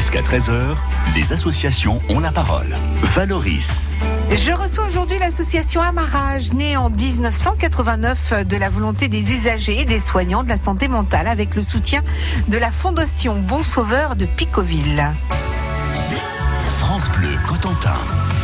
Jusqu'à 13h, les associations ont la parole. Valoris. Je reçois aujourd'hui l'association Amarage, née en 1989 de la volonté des usagers et des soignants de la santé mentale avec le soutien de la Fondation Bon Sauveur de Picauville. France Bleu Cotentin.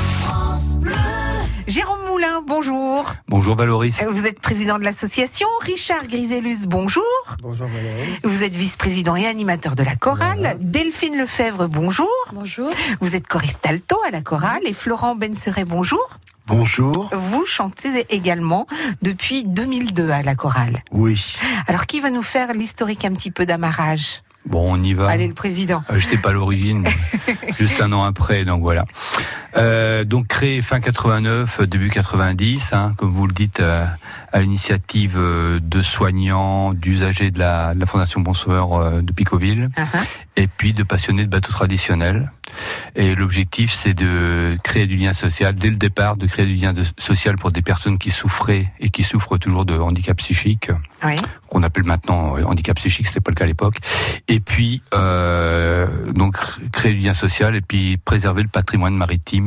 Jérôme Moulin, bonjour. Bonjour Valoris. Vous êtes président de l'association. Richard Grisellus, bonjour. Bonjour Valoris. Vous êtes vice-président et animateur de la chorale. Voilà. Delphine Lefebvre, bonjour. Bonjour. Vous êtes choriste alto à la chorale. Et Florent Benseret, bonjour. Bonjour. Vous chantez également depuis 2002 à la chorale. Oui. Alors qui va nous faire l'historique un petit peu d'Amarage ? Bon, on y va. Allez, le président. Je n'étais pas à l'origine, juste un an après, donc voilà. Donc créé fin 89, début 90, comme vous le dites, à l'initiative de soignants, d'usagers de la Fondation Bon Sauveur de Picauville, et puis de passionnés de bateaux traditionnels. Et l'objectif, c'est de créer du lien social, dès le départ, de créer du lien social pour des personnes qui souffraient et qui souffrent toujours de handicap psychique, qu'on appelle maintenant handicap psychique, c'était pas le cas à l'époque. Et puis, donc, créer du lien social et puis préserver le patrimoine maritime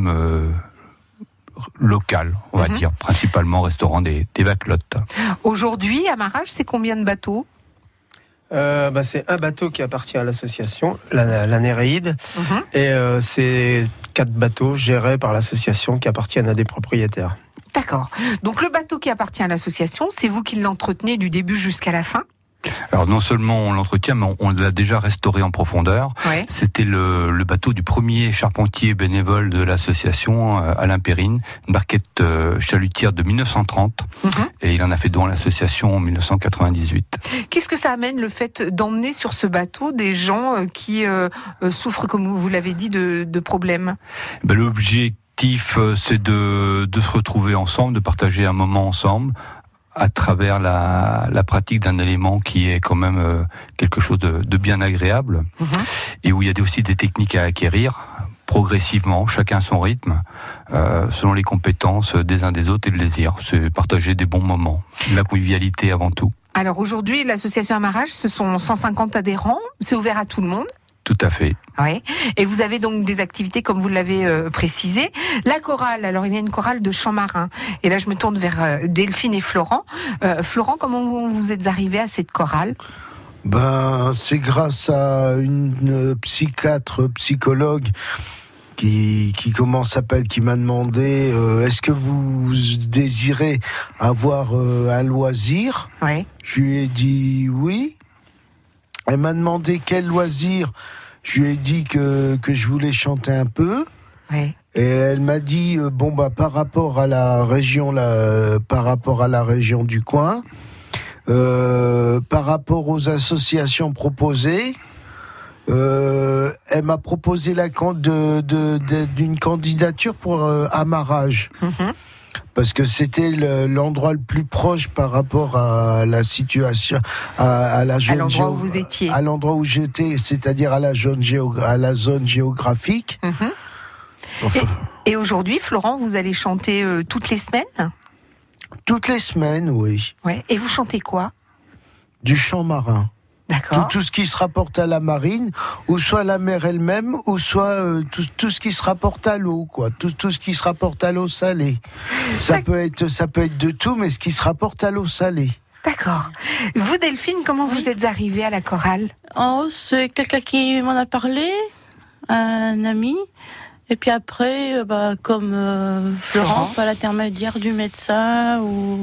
local, on va dire, principalement restaurant des Vaclottes. Aujourd'hui, Amarage, c'est combien de bateaux ? C'est un bateau qui appartient à l'association, la Néréide, et c'est 4 bateaux gérés par l'association qui appartiennent à des propriétaires. D'accord. Donc le bateau qui appartient à l'association, c'est vous qui l'entretenez du début jusqu'à la fin ? Alors non seulement on l'entretient, mais on l'a déjà restauré en profondeur. Ouais. C'était le bateau du premier charpentier bénévole de l'association, Alain Perrine, une barquette chalutière de 1930, et il en a fait don à l'association en 1998. Qu'est-ce que ça amène le fait d'emmener sur ce bateau des gens qui souffrent, comme vous l'avez dit, de problèmes ? L'objectif, c'est de se retrouver ensemble, de partager un moment ensemble, à travers la pratique d'un élément qui est quand même quelque chose de bien agréable, et où il y a aussi des techniques à acquérir progressivement, chacun à son rythme, selon les compétences des uns des autres et le désir. C'est partager des bons moments, la convivialité avant tout. Alors aujourd'hui, l'association Amarage, ce sont 150 adhérents, c'est ouvert à tout le monde ? Tout à fait. Ouais. Et vous avez donc des activités, comme vous l'avez précisé. La chorale, alors il y a une chorale de chant marin. Et là, je me tourne vers Delphine et Florent. Florent, comment vous êtes arrivé à cette chorale ? C'est grâce à une psychologue qui m'a demandé est-ce que vous désirez avoir un loisir ? Ouais. Je lui ai dit oui. Elle m'a demandé quel loisir. Je lui ai dit que je voulais chanter un peu. Oui. Et elle m'a dit par rapport à la région du coin, par rapport aux associations proposées, elle m'a proposé d'une candidature pour Amarage. Parce que c'était l'endroit le plus proche par rapport à la situation, à l'endroit où vous étiez. À l'endroit où j'étais, c'est-à-dire à la zone géographique. Et aujourd'hui, Florent, vous allez chanter toutes les semaines ? Toutes les semaines, oui. Ouais. Et vous chantez quoi ? Du chant marin. D'accord. Tout ce qui se rapporte à la marine, ou soit à la mer elle-même, ou soit tout ce qui se rapporte à l'eau, quoi. Tout ce qui se rapporte à l'eau salée. Ça peut être de tout, mais ce qui se rapporte à l'eau salée. D'accord. Vous, Delphine, comment vous êtes arrivée à la chorale ? C'est quelqu'un qui m'en a parlé, un ami. Et puis après, comme Florent, par l'intermédiaire du médecin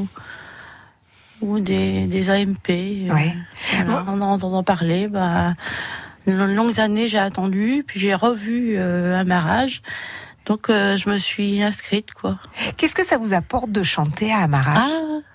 ou des AMP. Voilà, en entendant parler, de longues années j'ai attendu, puis j'ai revu Amarage, donc je me suis inscrite, quoi. Qu'est-ce que ça vous apporte de chanter à Amarage ?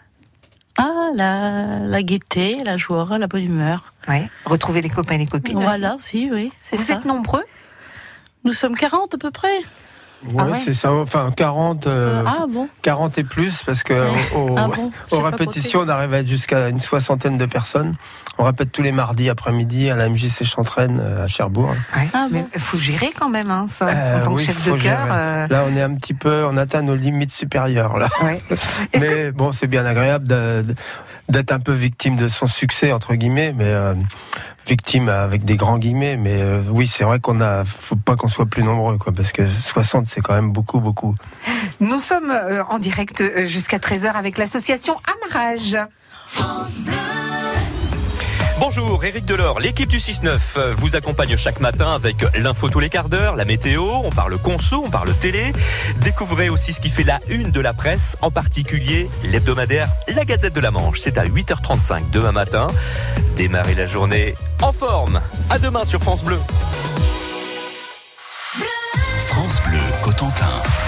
La gaieté, la joie, la bonne humeur. Ouais. Retrouver les copains et les copines. Voilà aussi, oui. Vous êtes nombreux ? Nous sommes 40 à peu près. Ouais, c'est ça, enfin 40, 40 et plus, parce que aux répétitions, on arrive à être jusqu'à une 60aine de personnes. On répète tous les mardis après-midi à la MJC Chantraine à Cherbourg. Ouais. Mais il faut gérer quand même, ça, en tant que chef de chœur. Là, on est on atteint nos limites supérieures, là. Ouais. Mais c'est bien agréable d'être un peu victime de son succès, entre guillemets, mais victimes avec des grands guillemets, mais oui, c'est vrai faut pas qu'on soit plus nombreux, quoi, parce que 60, c'est quand même beaucoup. Nous sommes en direct jusqu'à 13h avec l'association Amarage. France Bleu. Bonjour, Éric Delors, l'équipe du 6-9 vous accompagne chaque matin avec l'info tous les quarts d'heure, la météo, on parle conso, on parle télé. Découvrez aussi ce qui fait la une de la presse, en particulier l'hebdomadaire La Gazette de la Manche. C'est à 8h35 demain matin. Démarrez la journée en forme. À demain sur France Bleu. France Bleu Cotentin.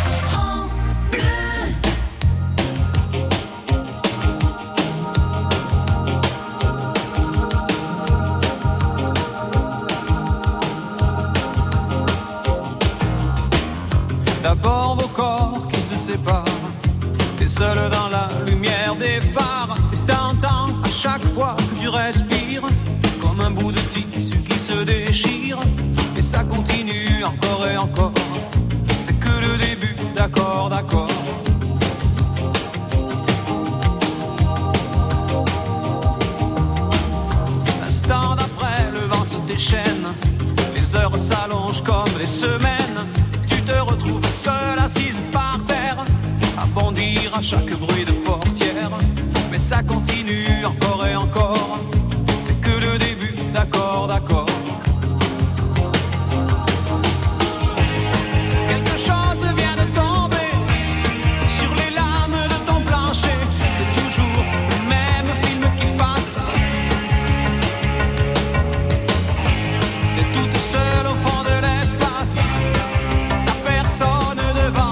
D'abord vos corps qui se séparent, t'es seul dans la lumière des phares, et t'entends à chaque fois que tu respires, comme un bout de tissu qui se déchire, et ça continue encore et encore, c'est que le début, d'accord. L'instant d'après, le vent se déchaîne, les heures s'allongent comme les semaines, te retrouves seule assise par terre, à bondir à chaque bruit de portière. Mais ça continue encore et encore, c'est que le début, d'accord. Quelque chose vient de tomber sur les lames de ton plancher, c'est toujours le même film qui passe. T'es toute seule au fond de l'espace, personne devant.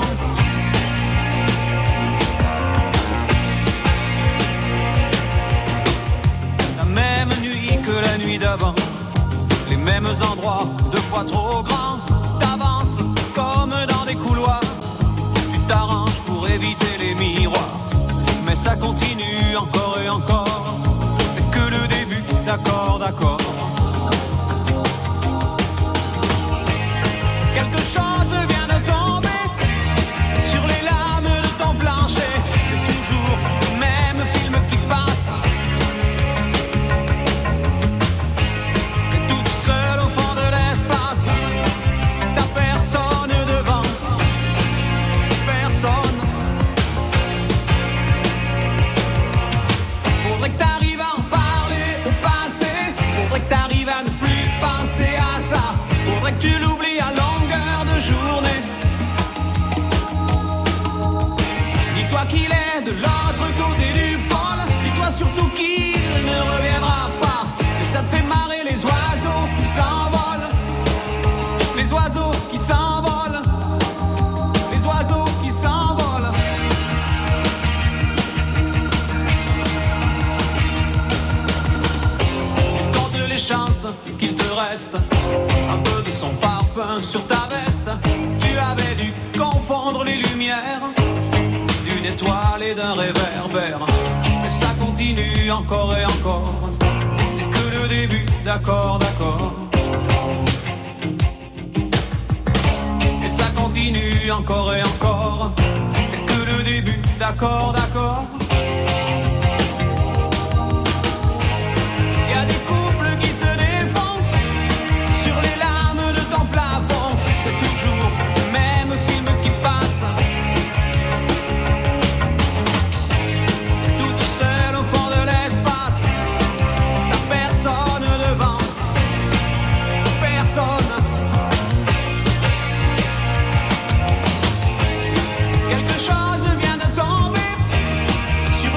La même nuit que la nuit d'avant, les mêmes endroits, 2 fois trop grands. T'avances comme dans des couloirs, tu t'arranges pour éviter les miroirs, mais ça continue encore et encore, c'est que le début, d'accord. Quelque chose vient de tomber sur les lames de ton plancher, c'est toujours le même film qui passe. T'es toute seule au fond de l'espace, t'as personne devant, personne. Faudrait que t'arrives à en parler au passé, faudrait que t'arrives à ne plus penser à ça, faudrait que tu l'oublies à longueur de journée. Dis-toi qu'il est de l'autre côté du pôle, dis-toi surtout qu'il ne reviendra pas, et ça te fait marrer les oiseaux qui s'envolent, les oiseaux qui s'envolent, les oiseaux qui s'envolent. Compte les chances qu'il te reste un peu de son parfum sur ta veste. Tu avais dû confondre les lumières d'une étoile et d'un réverbère, mais ça continue encore et encore, c'est que le début, d'accord. Et ça continue encore et encore, c'est que le début, d'accord. Y a des couples qui se défendent sur les lames de ton plafond, c'est toujours le même film qui passe. Toute seule au fond de l'espace, t'as personne devant, personne. Quelque chose vient de tomber sur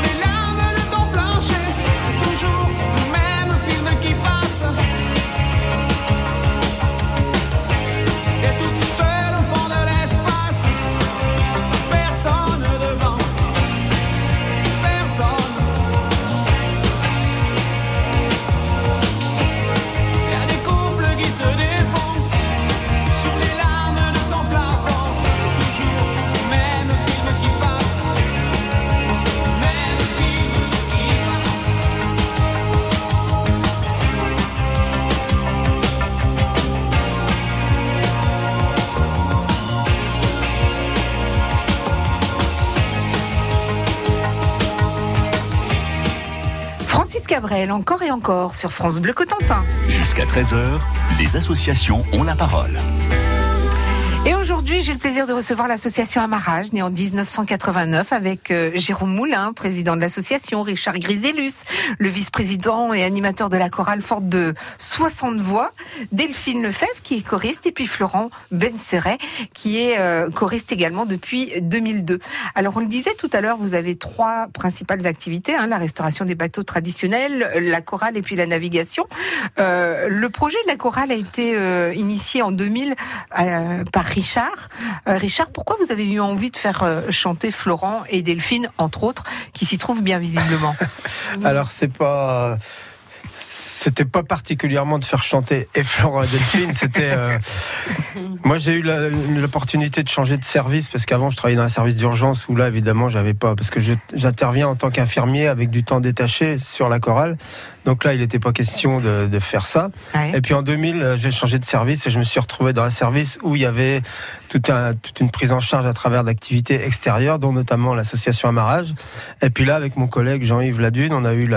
Gabriel, encore et encore sur France Bleu Cotentin. Jusqu'à 13h, les associations ont la parole. Et aujourd'hui, j'ai le plaisir de recevoir l'association Amarage, née en 1989, avec Jérôme Moulin, président de l'association, Richard Grisellus, le vice-président et animateur de la chorale forte de 60 voix, Delphine Lefebvre, qui est choriste, et puis Florent Benseret, qui est choriste également depuis 2002. Alors, on le disait tout à l'heure, vous avez 3 principales activités, la restauration des bateaux traditionnels, la chorale et puis la navigation. Le projet de la chorale a été initié en 2000 par Richard. Richard, pourquoi vous avez eu envie de faire chanter Florent et Delphine, entre autres, qui s'y trouvent bien visiblement? Alors, c'était pas particulièrement de faire chanter et Florent et Delphine, c'était... Moi, j'ai eu l'opportunité de changer de service, parce qu'avant, je travaillais dans un service d'urgence où là, évidemment, j'avais pas... Parce que j'interviens en tant qu'infirmier avec du temps détaché sur la chorale. Donc là, il n'était pas question de faire ça. Ouais. Et puis en 2000, j'ai changé de service et je me suis retrouvé dans un service où il y avait toute une prise en charge à travers d'activités extérieures, dont notamment l'association Amarage. Et puis là, avec mon collègue Jean-Yves Ladune, on a eu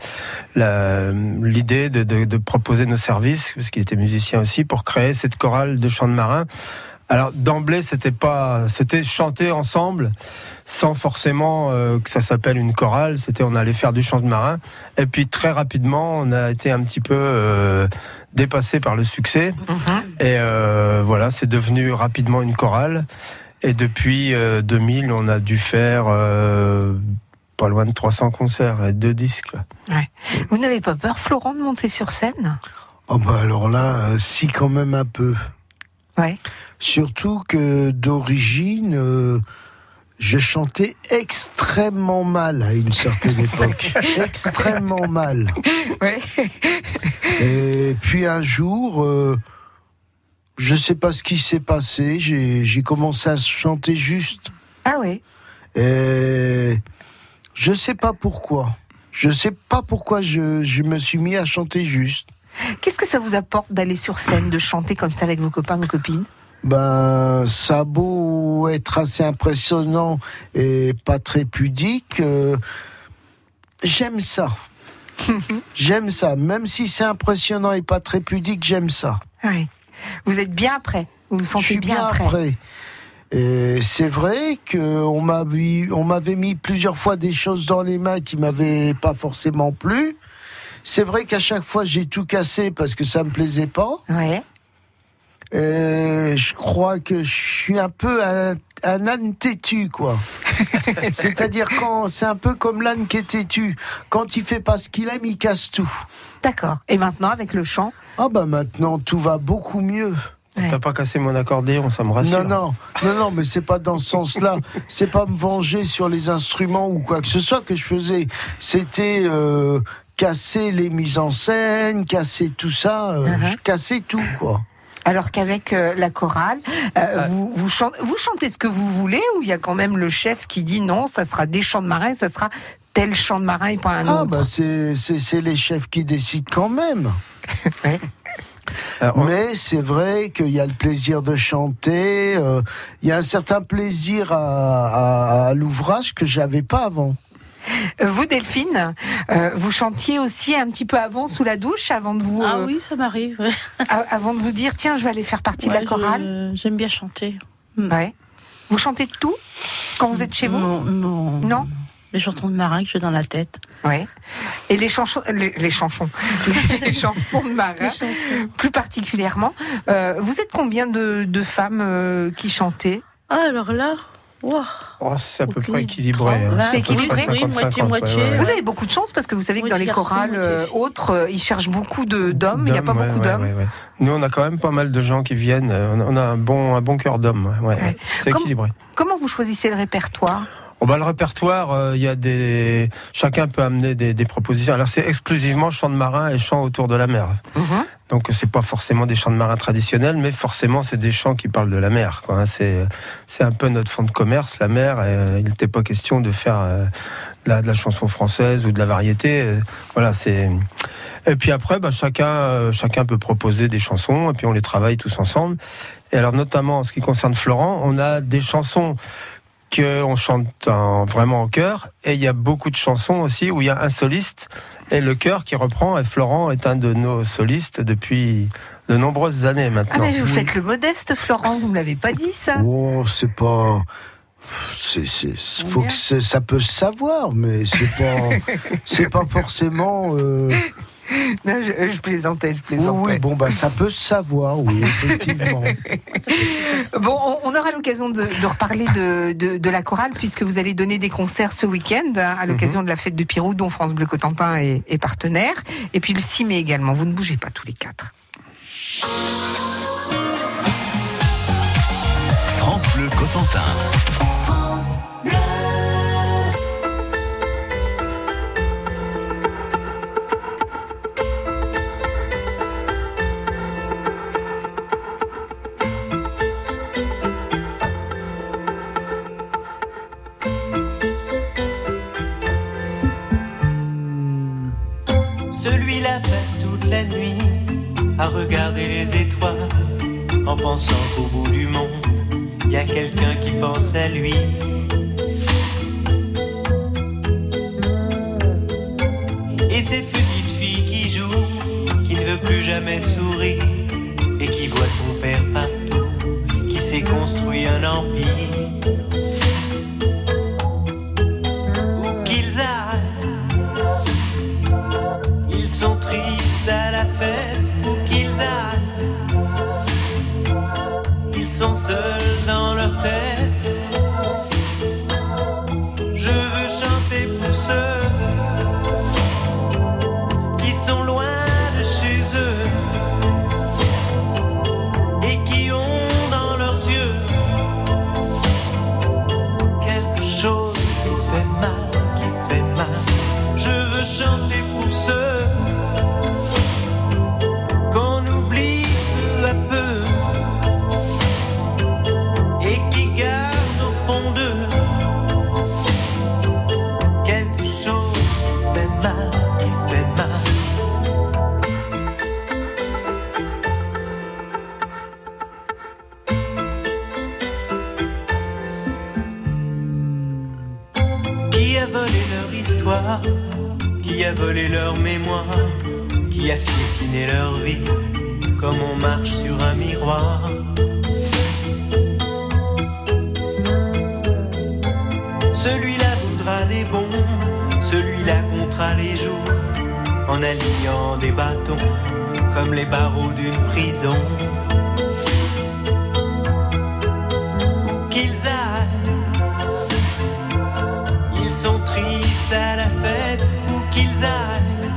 l'idée de proposer nos services, parce qu'il était musicien aussi, pour créer cette chorale de chant de marin. Alors d'emblée, c'était chanter ensemble, sans forcément que ça s'appelle une chorale. On allait faire du chant de marin. Et puis très rapidement, on a été un petit peu dépassé par le succès. Et voilà, c'est devenu rapidement une chorale. Et depuis 2000, on a dû faire pas loin de 300 concerts et 2 disques. Là. Ouais. Vous n'avez pas peur, Florent, de monter sur scène? Oh bah alors là, si, quand même un peu. Ouais. Surtout que d'origine, je chantais extrêmement mal à une certaine époque. Extrêmement mal. Ouais. Et puis un jour, je sais pas ce qui s'est passé, j'ai commencé à chanter juste. Ah ouais. Et je sais pas pourquoi. Je sais pas pourquoi je me suis mis à chanter juste. Qu'est-ce que ça vous apporte d'aller sur scène, de chanter comme ça avec vos copains, vos copines? Ben, ça a beau être assez impressionnant et pas très pudique, j'aime ça. J'aime ça. Même si c'est impressionnant et pas très pudique, j'aime ça. Oui. Vous êtes bien prêt? Vous vous sentez bien prêt? Et c'est vrai qu'on m'avait mis plusieurs fois des choses dans les mains qui m'avaient pas forcément plu. C'est vrai qu'à chaque fois, j'ai tout cassé parce que ça me plaisait pas. Ouais. Je crois que je suis un peu un âne têtu, quoi. C'est-à-dire c'est un peu comme l'âne qui est têtu. Quand il fait pas ce qu'il aime, il casse tout. D'accord. Et maintenant, avec le chant? Ah bah maintenant, tout va beaucoup mieux. Ouais. T'as pas cassé mon accordéon, ça me rassure. Non, mais c'est pas dans ce sens-là. C'est pas me venger sur les instruments ou quoi que ce soit que je faisais. C'était casser les mises en scène, casser tout ça. Je cassais tout, quoi. Alors qu'avec la chorale, vous chantez ce que vous voulez, ou il y a quand même le chef qui dit non, ça sera des chants de marin, ça sera tel chant de marin et pas un autre? Ah bah c'est les chefs qui décident quand même. Ouais. Mais c'est vrai qu'il y a le plaisir de chanter, il y a un certain plaisir à l'ouvrage que j'avais pas avant. Vous, Delphine, vous chantiez aussi un petit peu avant sous la douche, avant de vous... Ah oui, ça m'arrive. Avant de vous dire, tiens, je vais aller faire partie de la chorale. J'aime bien chanter. Ouais. Vous chantez de tout quand vous êtes chez vous? Non. Les chansons de marin que j'ai dans la tête. Ouais. Et les chansons de marin, plus particulièrement. Vous êtes combien de femmes qui chantaient? Ah, alors là... Wow. Oh, c'est à peu près équilibré. C'est équilibré, oui, moitié-moitié. Ouais. Vous avez beaucoup de chance parce que vous savez que dans les chorales autres, ils cherchent beaucoup d'hommes. Il n'y a pas beaucoup d'hommes. Ouais. Nous, on a quand même pas mal de gens qui viennent. On a un bon cœur d'hommes. Ouais. C'est équilibré. Comment vous choisissez le répertoire? Le répertoire, il y a chacun peut amener des propositions. Alors c'est exclusivement chant de marin et chant autour de la mer. Donc c'est pas forcément des chants de marin traditionnels, mais forcément c'est des chants qui parlent de la mer, quoi. C'est un peu notre fond de commerce, la mer. Et il n'était pas question de faire de la chanson française ou de la variété. Voilà, c'est. Et puis après, chacun peut proposer des chansons et puis on les travaille tous ensemble. Et alors notamment en ce qui concerne Florent, on a des chansons qu'on chante vraiment en chœur, et il y a beaucoup de chansons aussi où il y a un soliste et le chœur qui reprend, et Florent est un de nos solistes depuis de nombreuses années maintenant. Ah mais vous faites le modeste, Florent, vous me l'avez pas dit ça. Oh, c'est pas... faut que ça peut se savoir, mais c'est pas forcément... Non, je plaisantais. Oui, bon, ça peut se savoir, oui, effectivement. Bon, on aura l'occasion de reparler de la chorale, puisque vous allez donner des concerts ce week-end, à l'occasion de la fête du Pirou, dont France Bleu Cotentin est partenaire. Et puis le 6 mai également. Vous ne bougez pas tous les 4. France Bleu Cotentin. France Bleu. Celui-là passe toute la nuit à regarder les étoiles, en pensant qu'au bout du monde, y a quelqu'un qui pense à lui. Et cette petite fille qui joue, qui ne veut plus jamais sourire, et qui voit son père partout, qui s'est construit un empire. Où qu'ils aillent, ils sont tristes à la fête, où qu'ils aillent, ils sont seuls dans leur tête. Je veux chanter pour ceux qui sont loin de chez eux et qui ont dans leurs yeux quelque chose qui fait mal, qui fait mal. Je veux chanter pour ceux qu'on oublie peu à peu et qui gardent au fond d'eux quelque chose qui fait mal, qui fait mal. Qui a volé leur histoire, qui a volé leur mémoire, qui a piétiné leur vie, comme on marche sur un miroir. Celui-là voudra des bombes, celui-là comptera les jours, en alignant des bâtons, comme les barreaux d'une prison. Où qu'ils aillent, ils sont tristes à la fête, où qu'ils aillent,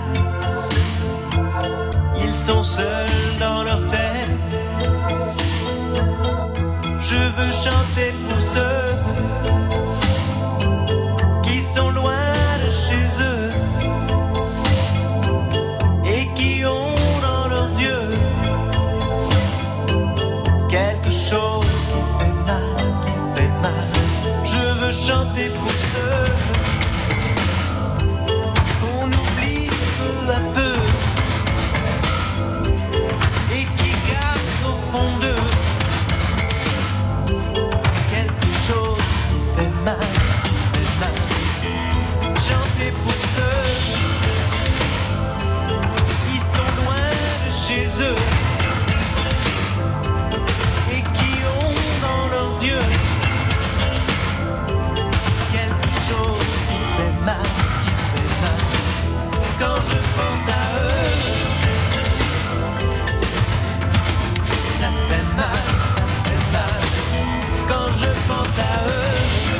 ils sont seuls dans leur tête. Je veux chanter pour ceux qui sont loin de chez eux et qui ont dans leurs yeux quelque chose qui fait mal, qui fait mal. Je veux chanter pour ceux qu'on oublie peu à peu et qui gardent au fond d'eux quelque chose qui fait mal, qui fait mal. Chanter pour ceux qui sont loin de chez eux et qui ont dans leurs yeux quelque chose qui fait mal, qui fait mal. Quand je pense à eux, ça fait mal, ça fait mal. Quand je pense à eux,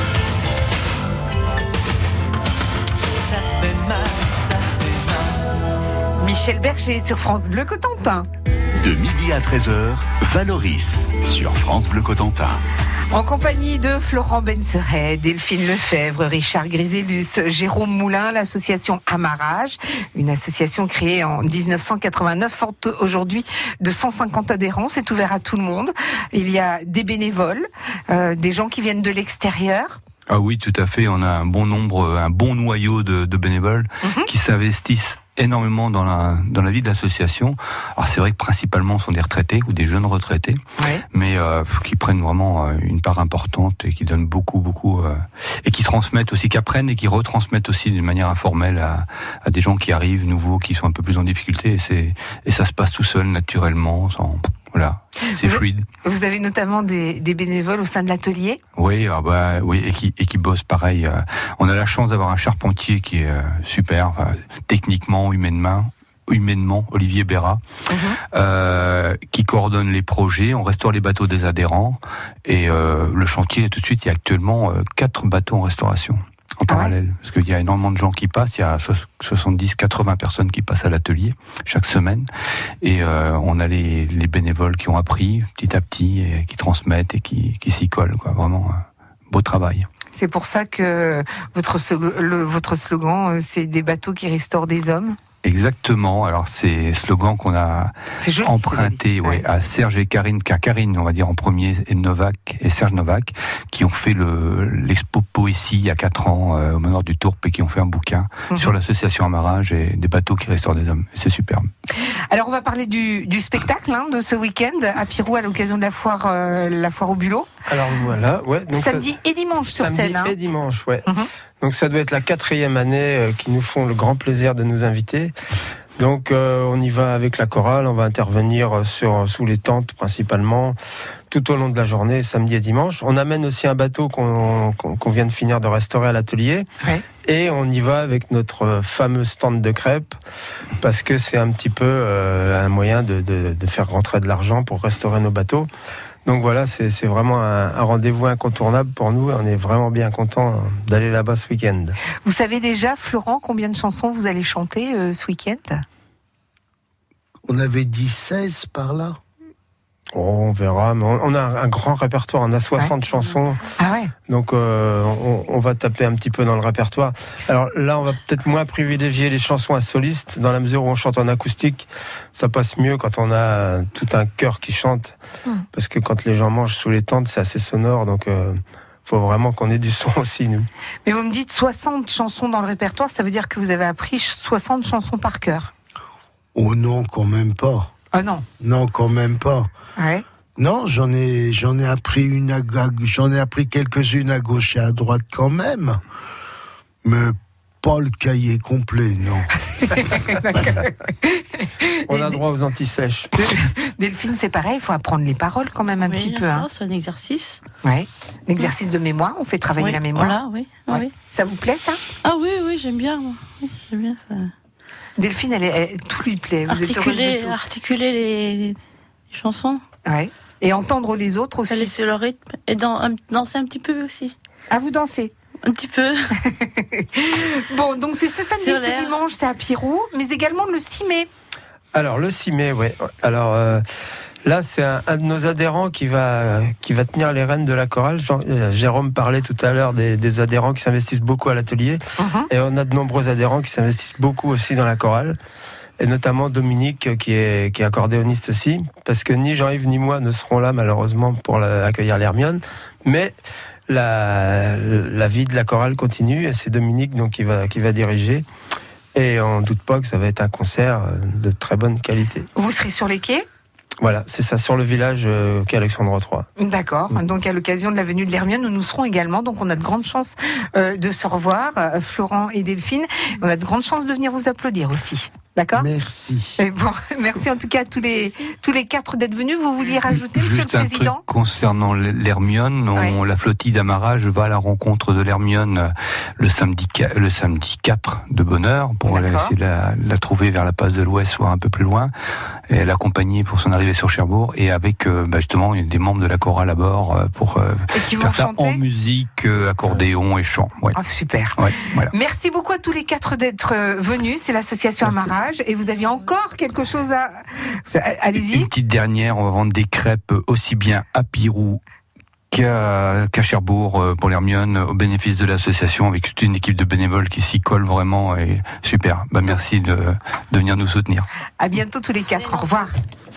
ça fait mal, ça fait mal. Michel Berger sur France Bleu Cotentin. De midi à 13h, Valoris sur France Bleu Cotentin. En compagnie de Florent Benseret, Delphine Lefebvre, Richard Grisellus, Jérôme Moulin, l'association Amarrage, une association créée en 1989, forte aujourd'hui de 150 adhérents, c'est ouvert à tout le monde. Il y a des bénévoles, des gens qui viennent de l'extérieur. Ah oui, tout à fait. On a un bon nombre, un bon noyau de bénévoles qui s'investissent énormément dans la vie de l'association. Alors c'est vrai que principalement ce sont des retraités ou des jeunes retraités, mais qui prennent vraiment une part importante et qui donnent beaucoup et qui transmettent aussi, qui apprennent et qui retransmettent aussi d'une manière informelle à des gens qui arrivent nouveaux, qui sont un peu plus en difficulté. Et ça se passe tout seul, naturellement, sans... Voilà, c'est fluide. Vous avez notamment des bénévoles au sein de l'atelier ? Oui, et qui bossent pareil. On a la chance d'avoir un charpentier qui est super, techniquement, humainement, Olivier Bérat, qui coordonne les projets. On restaure les bateaux des adhérents et le chantier, tout de suite, il y a actuellement 4 bateaux en restauration. En parallèle, parce qu'il y a énormément de gens qui passent, il y a 70-80 personnes qui passent à l'atelier chaque semaine, et on a les bénévoles qui ont appris petit à petit, et qui transmettent et qui s'y collent, quoi. Vraiment, beau travail. C'est pour ça que votre slogan, c'est des bateaux qui restaurent des hommes. Exactement. Alors c'est un slogan qu'on a emprunté à Serge et Karine, on va dire en premier, et Serge Novak, qui ont fait l'expo poésie il y a 4 ans au Manoir du Tourpe et qui ont fait un bouquin sur l'association Amarrage et des bateaux qui restaurent des hommes. C'est superbe. Alors on va parler du spectacle de ce week-end à Pirou à l'occasion de la foire au bulot. Alors voilà, donc samedi et dimanche sur scène. Samedi et dimanche, Donc ça doit être la 4e année qui nous font le grand plaisir de nous inviter. Donc on y va avec la chorale, on va intervenir sous les tentes principalement, tout au long de la journée, samedi et dimanche. On amène aussi un bateau qu'on vient de finir de restaurer à l'atelier. Et on y va avec notre fameux stand de crêpes, parce que c'est un petit peu un moyen de faire rentrer de l'argent pour restaurer nos bateaux. Donc voilà, c'est vraiment un rendez-vous incontournable pour nous. On est vraiment bien contents d'aller là-bas ce week-end. Vous savez déjà, Florent, combien de chansons vous allez chanter ce week-end ? On avait dit 16 par là. Oh, on verra, mais on a un grand répertoire, on a 60 chansons. Donc on va taper un petit peu dans le répertoire. Alors là, on va peut-être moins privilégier les chansons à solistes, dans la mesure où on chante en acoustique. Ça passe mieux quand on a tout un chœur qui chante, parce que quand les gens mangent sous les tentes, c'est assez sonore, donc faut vraiment qu'on ait du son aussi, nous. Mais vous me dites 60 chansons dans le répertoire, ça veut dire que vous avez appris 60 chansons par cœur ? Oh non, quand même pas. Ah non. Non, quand même pas. Non, j'en ai appris quelques-unes à gauche et à droite quand même, mais pas le cahier complet, non. On a droit aux anti-sèches. Delphine, c'est pareil, il faut apprendre les paroles quand même un petit peu. C'est un exercice. L'exercice de mémoire, on fait travailler la mémoire. Voilà, Ça vous plaît, ça ? Ah oui, j'aime bien. Oui, j'aime bien ça. Delphine, tout lui plaît. Vous êtes heureuse de tout. Articuler les chansons. Et entendre les autres aussi. Aller sur le rythme. Et danser un petit peu aussi. Ah, vous dansez ? Un petit peu. Bon, donc c'est ce samedi, ce dimanche, c'est à Pirou, mais également le 6 mai. Alors, le 6 mai, Alors, là, c'est un de nos adhérents qui va tenir les rênes de la chorale. Jérôme parlait tout à l'heure des adhérents qui s'investissent beaucoup à l'atelier. Et on a de nombreux adhérents qui s'investissent beaucoup aussi dans la chorale. Et notamment Dominique, qui est accordéoniste aussi. Parce que ni Jean-Yves ni moi ne seront là, malheureusement, pour accueillir l'Hermione. Mais la vie de la chorale continue. Et c'est Dominique donc, qui va diriger. Et on ne doute pas que ça va être un concert de très bonne qualité. Vous serez sur les quais ? Voilà, c'est ça, sur le village quai Alexandre III. D'accord, donc à l'occasion de la venue de l'Hermione, nous serons également, donc on a de grandes chances de se revoir, Florent et Delphine. On a de grandes chances de venir vous applaudir aussi. D'accord ? Merci. Et bon, merci en tout cas à tous les 4 d'être venus. Vous vouliez rajouter, Monsieur le Président ? Juste un truc concernant l'Hermione. La flottille d'Amarrage va à la rencontre de l'Hermione le samedi 4 de bonne heure pour essayer de la trouver vers la passe de l'Ouest, voire un peu plus loin, et l'accompagner pour son arrivée sur Cherbourg, et avec justement des membres de la chorale à bord pour faire ça en musique, accordéon et chant. Super. Voilà. Merci beaucoup à tous les 4 d'être venus. C'est l'association Amarage. Et vous aviez encore quelque chose à... Allez-y. Une petite dernière, on va vendre des crêpes aussi bien à Pirou qu'à Cherbourg pour l'Hermione, au bénéfice de l'association, avec toute une équipe de bénévoles qui s'y colle vraiment. Et super. Merci de venir nous soutenir. À bientôt tous les 4. Au revoir.